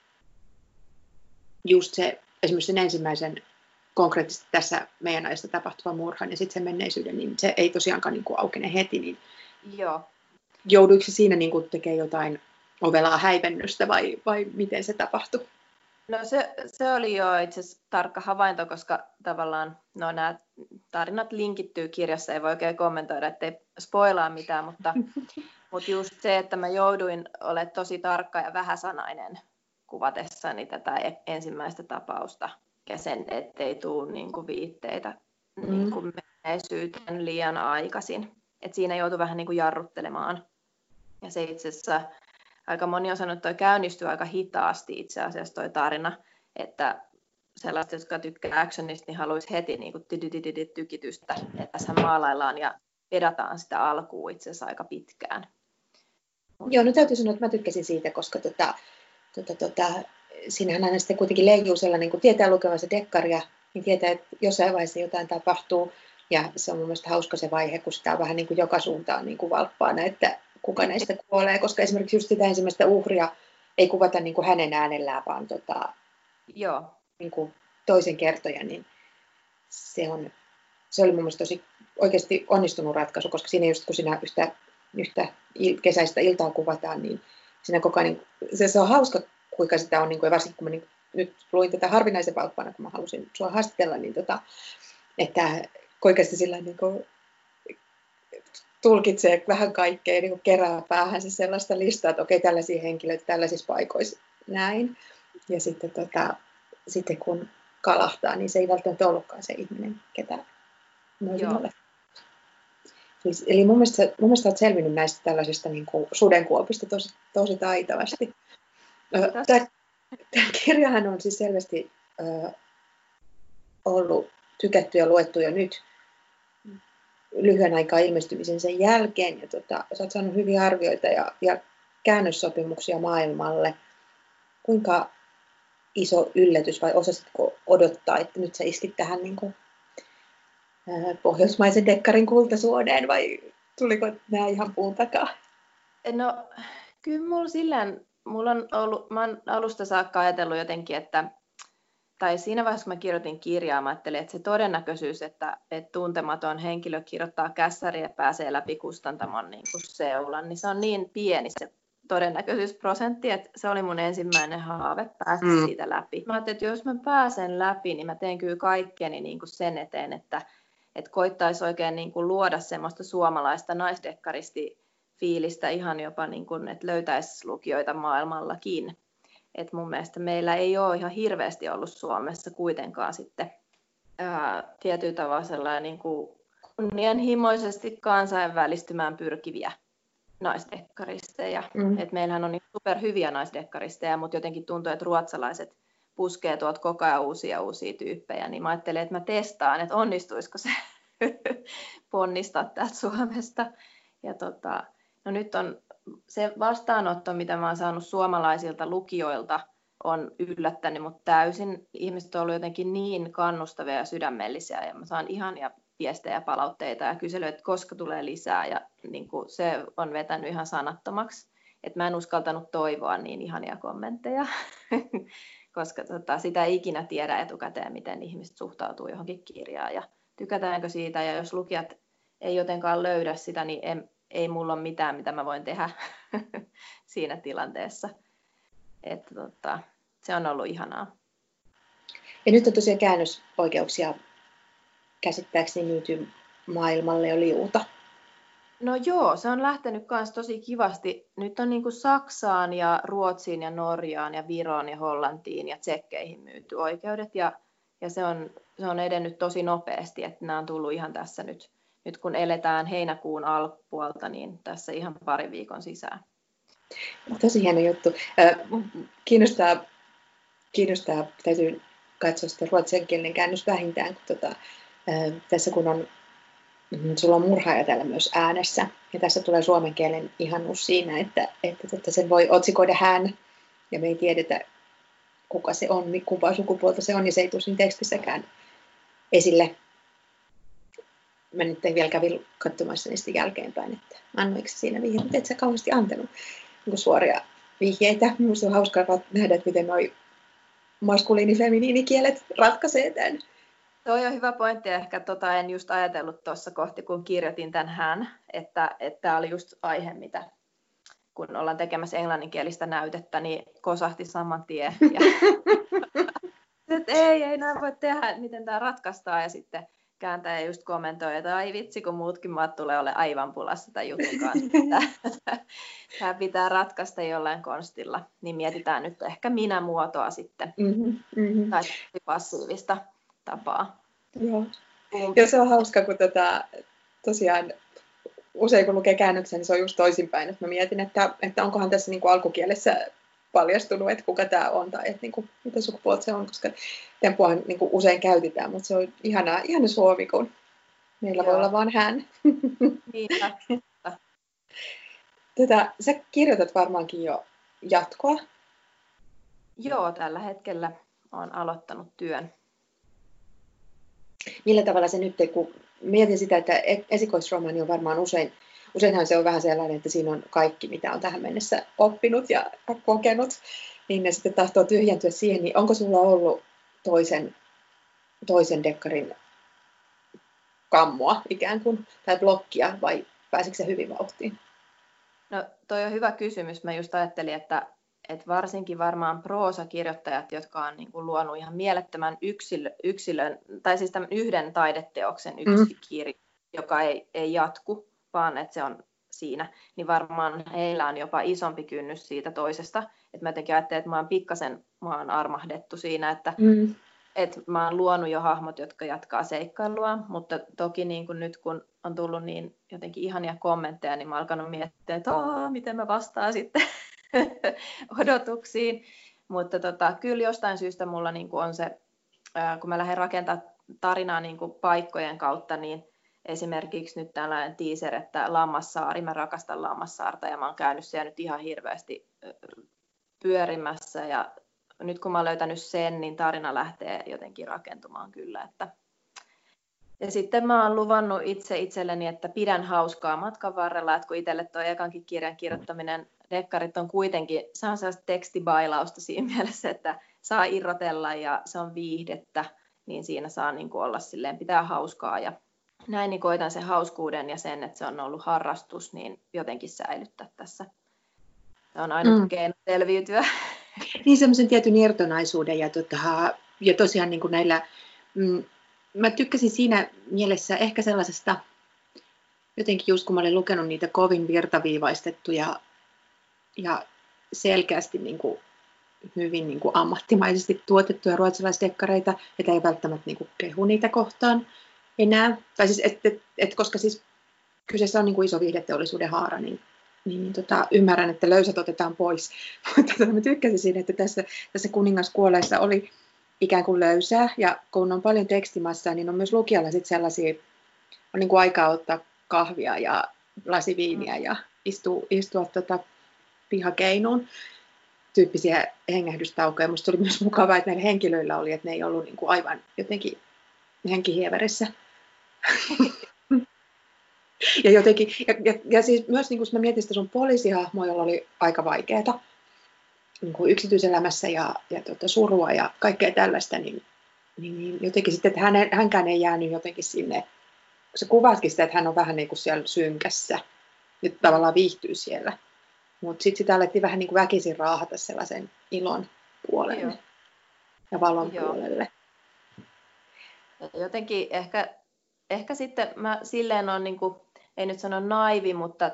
just se, esimerkiksi sen ensimmäisen konkreettisesti tässä meidän ajassa tapahtuvan murhan ja sitten sen menneisyyden, niin se ei tosiaankaan niin kuin aukene heti, niin joo. Jouduiko se siinä niin kuin tekemään jotain ovelaa häivennystä vai miten se tapahtui? No se oli jo itse asiassa tarkka havainto, koska tavallaan nämä tarinat linkittyy kirjassa, ei voi oikein kommentoida, ettei spoilaa mitään, mutta just se, että mä jouduin olemaan tosi tarkka ja vähäsanainen kuvatessani tätä ensimmäistä tapausta ja sen, ettei tule niin viitteitä niin menneisyyteen liian aikaisin. Et siinä joutui vähän niin kuin jarruttelemaan. Ja se itse asiassa, aika moni on sanonut, että toi käynnistyy aika hitaasti itse asiassa toi tarina, että sellaiset, jotka tykkää actionista, niin haluaisi heti niin kuin tykitystä, että tässä maalaillaan ja vedataan sitä alkuun itse asiassa aika pitkään. Joo, no täytyy sanoa, että mä tykkäsin siitä, koska siinähän aina sitten kuitenkin leijuu sellainen, kun tietää lukevansa dekkaria, niin tietää, että jossain vaiheessa jotain tapahtuu. Ja se on mun mielestä hauska se vaihe, kun sitä on vähän niin kuin joka suuntaan niin kuin valppaana, että kuka näistä kuolee. Koska esimerkiksi just sitä ensimmäistä uhria ei kuvata niin kuin hänen äänellään, vaan Joo. Niin kuin toisen kertojan. Niin se oli mun mielestä tosi oikeasti onnistunut ratkaisu, koska siinä just kun siinä yhtä kesäistä iltaa kuvataan, niin siinä koko ajan, se on hauska, kuinka sitä on, niin kuin, ja varsinkin kun mä nyt luin tätä harvinaisen valppaana, kun mä halusin sua haastatella, niin että kuinka se sillä niin kuin tulkitsee vähän kaikkea, niin kuin kerää päähänsä sellaista listaa, että okei, tällaisia henkilöitä tällaisissa paikoissa näin. Ja sitten kun kalahtaa, niin se ei välttämättä ollutkaan se ihminen, ketä mä eli mun mielestä olet selvinnyt näistä tällaisista niin kuin sudenkuopista tosi taitavasti. Tämä kirjahan on siis selvästi ollut tykätty ja luettu jo nyt lyhyen aikaa ilmestymisen sen jälkeen. Ja sä oot saanut hyviä arvioita ja käännössopimuksia maailmalle. Kuinka iso yllätys vai osasitko odottaa, että nyt sä iskit tähän niin kuin pohjoismaisen dekkarin kultasuoneen vai tuliko nämä ihan puun takaa? No kyllä mulla on ollut, mä oon alusta saakka ajatellut jotenkin, tai siinä vaiheessa kun mä kirjoitin kirjaa, mä ajattelin, että se todennäköisyys, että tuntematon henkilö kirjoittaa kässäriä ja pääsee läpi kustantamon niin kuin seulan, niin se on niin pieni se todennäköisyysprosentti, että se oli mun ensimmäinen haave päästä siitä läpi. Mä ajattelin, että jos mä pääsen läpi, niin mä teen kyllä kaikkeni niin kuin sen eteen, että koittaisi oikein niin kuin luoda semmoista suomalaista naisdekkaristi-fiilistä ihan jopa, niin kuin, että löytäisi lukijoita maailmallakin. Et mun mielestä meillä ei ole ihan hirveästi ollut Suomessa kuitenkaan sitten tietyllä tavalla sellainen niin kuin kunnianhimoisesti kansainvälistymään pyrkiviä naisdekkaristeja. Et meillähän on niin superhyviä naisdekkaristeja, mutta jotenkin tuntuu, että ruotsalaiset puskee tuolta koko ajan uusia tyyppejä, niin mä ajattelin, että mä testaan, että onnistuisiko se ponnistaa täältä Suomesta. Ja no nyt on se vastaanotto, mitä mä oon saanut suomalaisilta lukijoilta, on yllättänyt mut täysin. Ihmiset on ollut jotenkin niin kannustavia ja sydämellisiä, ja mä saan ihania viestejä ja palautteita ja kyselyä, että koska tulee lisää, ja niin kuin se on vetänyt ihan sanattomaksi. Että mä en uskaltanut toivoa niin ihania kommentteja, koska sitä ei ikinä tiedä etukäteen, miten ihmiset suhtautuu johonkin kirjaan ja tykätäänkö siitä, ja jos lukijat ei jotenkaan löydä sitä, niin ei mulla ole mitään, mitä mä voin tehdä siinä tilanteessa. Että se on ollut ihanaa. Ja nyt on tosiaan käännösoikeuksia käsittääkseni myyty maailmalle jo liuta. No joo, se on lähtenyt myös tosi kivasti. Nyt on niin kuin Saksaan ja Ruotsiin ja Norjaan ja Viroon ja Hollantiin ja Tsekkeihin myyty oikeudet. Ja se on edennyt tosi nopeasti, että nämä on tullut ihan tässä nyt kun eletään heinäkuun alkupuolta, niin tässä ihan pari viikon sisään. Tosi hieno juttu. Kiinnostaa, täytyy katsoa sitä ruotsinkielinen käännös vähintään, kun tässä kun sulla on murhaaja täällä myös äänessä, ja tässä tulee suomen kielen ihanuus siinä, että sen voi otsikoida hän, ja me ei tiedetä, kuka se on, kumpaa sukupuolta se on, ja se ei tule siinä tekstissäkään esille. Mä nyt vielä kävin katsomassa niistä jälkeenpäin, että annoiko se siinä vihjeitä, mutta et sä kauheasti antanut suoria vihjeitä. Minusta on hauskaa nähdä, että miten noi maskuliini-feminiinikielet ratkaisee tämän. Toi on hyvä pointti. Ehkä en just ajatellut tuossa kohti, kun kirjoitin tämän hän, että tämä oli just aihe, mitä kun ollaan tekemässä englanninkielistä näytettä, niin kosahti saman tien. Että ei näin voi tehdä, miten tämä ratkaistaan. Ja sitten kääntäjä just kommentoi, että ai vitsi, kun muutkin maat tulee olemaan aivan pulassa tämän jutun kanssa. Tämä pitää ratkaista jollain konstilla. Niin mietitään nyt ehkä minä-muotoa sitten. Tai passiivista tapaa. Joo. Ja se on hauska, kun tosiaan usein kun lukee käännöksen, niin se on just toisinpäin. Että mä mietin, että onkohan tässä niin kuin alkukielessä paljastunut, että kuka tämä on tai että niin kuin, mitä sukupuolta se on, koska tempuahan niin kuin usein käytetään, mutta se on ihana suomi, kun meillä voi olla vaan hän. Niinpä. Sä kirjoitat varmaankin jo jatkoa. Joo, tällä hetkellä olen aloittanut työn. Millä tavalla se nyt, kun mietin sitä, että esikoisromaani on varmaan useinhan se on vähän sellainen, että siinä on kaikki, mitä on tähän mennessä oppinut ja kokenut, niin ne sitten tahtoo tyhjentyä siihen, niin onko sulla ollut toisen dekkarin kammoa ikään kuin, tai blokkia, vai pääsikö se hyvin vauhtiin? No toi on hyvä kysymys. Mä just ajattelin, että et varsinkin varmaan proosakirjoittajat, jotka on niin kuin luonut ihan mielettömän yksilön, tai siis tämän yhden taideteoksen yksi kirja, joka ei jatku, vaan että se on siinä, niin varmaan heillä on jopa isompi kynnys siitä toisesta. Et mä jotenkin ajattelen, että mä oon armahdettu siinä, että mä oon luonut jo hahmot, jotka jatkaa seikkailua, mutta toki niin kun nyt kun on tullut niin jotenkin ihania kommentteja, niin mä oon alkanut miettiä, että miten mä vastaan sitten odotuksiin. Mutta kyllä jostain syystä mulla niin kun on se, kun mä lähden rakentamaan tarinaa niin kun paikkojen kautta, niin esimerkiksi nyt tällainen teaser, että Lammassaari, mä rakastan Lammassaarta ja mä oon käynyt siellä nyt ihan hirveästi pyörimässä ja nyt kun mä oon löytänyt sen, niin tarina lähtee jotenkin rakentumaan kyllä. Ja sitten mä oon luvannut itselleni, että pidän hauskaa matkan varrella, että kun itselle tuo ekankin kirjan kirjoittaminen, dekkarit on kuitenkin, se on sellaista tekstibailausta siinä mielessä, että saa irrotella ja se on viihdettä, niin siinä saa niin kuin olla silleen, pitää hauskaa ja näin niin koitan sen hauskuuden ja sen, että se on ollut harrastus, niin jotenkin säilyttää tässä. Se on ainut keino selviytyä. Niin semmoisen tietyn irtonaisuuden ja tosiaan niin kuin näillä, mä tykkäsin siinä mielessä ehkä sellaisesta, jotenkin just kun mä olin lukenut niitä kovin virtaviivaistettuja ja selkeästi niin kuin, hyvin niin kuin ammattimaisesti tuotettuja ruotsalaisdekkareita, että ei välttämättä niin kuin kehu niitä kohtaan enää. Tai siis, koska siis kyseessä on niin kuin iso viihdeteollisuuden haara, niin ymmärrän, että löysät otetaan pois. Mutta mä tykkäsin siinä, että tässä Kuningaskuolleessa oli ikään kuin löysää, ja kun on paljon tekstimassaa, niin on myös lukijalla sitten sellaisia, on niin kuin aikaa ottaa kahvia ja lasiviiniä ja istua pihakeinuun tyyppisiä hengähdystaukoja. Musta oli myös mukavaa, että näillä henkilöillä oli, että ne ei ollut niin kuin aivan jotenkin henkihieverissä. Ja jotenkin, ja siis myös niin kun mä mietin sitä sun poliisihahmoa, jolla oli aika vaikeaa niin kuin yksityiselämässä ja surua ja kaikkea tällaista, niin jotenkin sitten, että hänkään ei jäänyt jotenkin sinne, kun sä kuvatkin sitä, että hän on vähän niin kuin siellä synkässä, nyt tavallaan viihtyy siellä, mutta sitten sitä alettiin vähän niin kuin väkisin raahata sellaisen ilon puolelle ja valon puolelle. Jotenkin ehkä sitten mä silleen on niin kuin, ei nyt sano naivi, mutta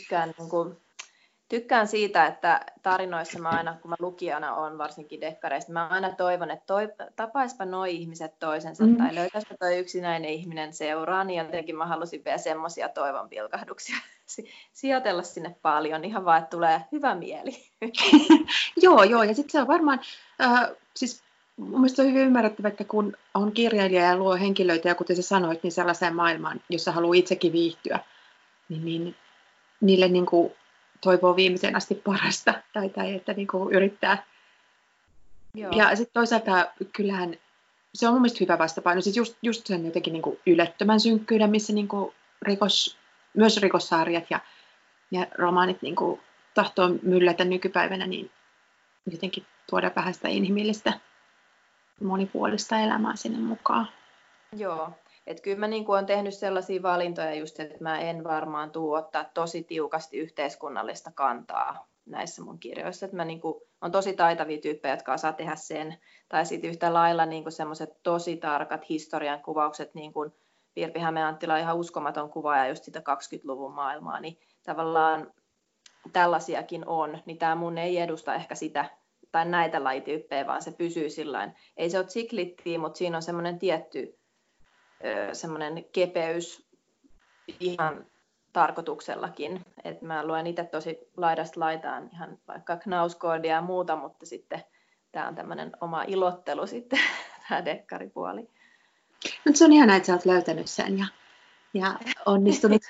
tykkään siitä, että tarinoissa mä aina, kun mä lukijana olen varsinkin dekkareista, mä aina toivon, että tapaispa noi ihmiset toisensa tai löytäisipä toi yksinäinen ihminen seuraa, niin jotenkin mä halusin vielä semmoisia toivon pilkahduksia sijoitella sinne paljon, ihan vaan, että tulee hyvä mieli. Joo, ja sitten se on varmaan, siis mun mielestä on hyvin ymmärrettävä, että kun on kirjailija ja luo henkilöitä, ja kuten sä sanoit, niin sellaiseen maailmaan, jossa haluaa itsekin viihtyä, niin niille niin kuin toivoo viimeiseen asti parasta, tai että niin kuin yrittää. Joo. Ja sitten toisaalta kyllähän se on mun mielestä hyvä vastapaino, siis just sen jotenkin niin kuin ylettömän synkkyyden, missä niin kuin myös rikossarjat ja romaanit niin kuin tahtoo myllätä nykypäivänä, niin jotenkin tuoda vähän sitä inhimillistä monipuolista elämää sinne mukaan. Joo, että kyllä mä niin kuin olen tehnyt sellaisia valintoja just, että mä en varmaan ottaa tosi tiukasti yhteiskunnallista kantaa näissä mun kirjoissa, että mä niin kuin on tosi taitavia tyyppejä, jotka osaa tehdä sen, tai sitten yhtä lailla niin kuin semmoiset tosi tarkat historian kuvaukset, niin kuin Virpi Hämeenanttila on ihan uskomaton kuvaaja just sitä 20-luvun maailmaa, niin tavallaan tällaisiakin on, niin tämä mun ei edusta ehkä sitä, tai näitä lajityyppejä, vaan se pysyy sillain. Ei se ole tsiklittiä, mutta siinä on semmoinen tietty semmoinen kepeys ihan tarkoituksellakin. Et mä luen itse tosi laidasta laitaan ihan vaikka Knausgårdia ja muuta, mutta sitten tämä on tämmöinen oma ilottelu sitten, tämä dekkaripuoli. No, se on ihanaa, että sä oot löytänyt sen ja onnistunut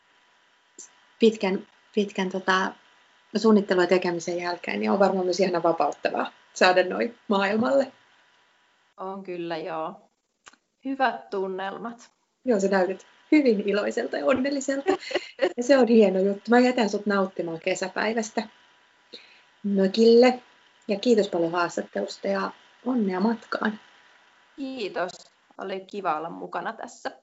pitkän suunnittelun ja tekemisen jälkeen, niin on varmaan myös ihana vapauttavaa saada noin maailmalle. On kyllä, joo. Hyvät tunnelmat. Joo, sä näytät hyvin iloiselta ja onnelliselta. Ja se on hieno juttu. Mä jätän sut nauttimaan kesäpäivästä mökille. Ja kiitos paljon haastattelusta ja onnea matkaan. Kiitos. Oli kiva olla mukana tässä.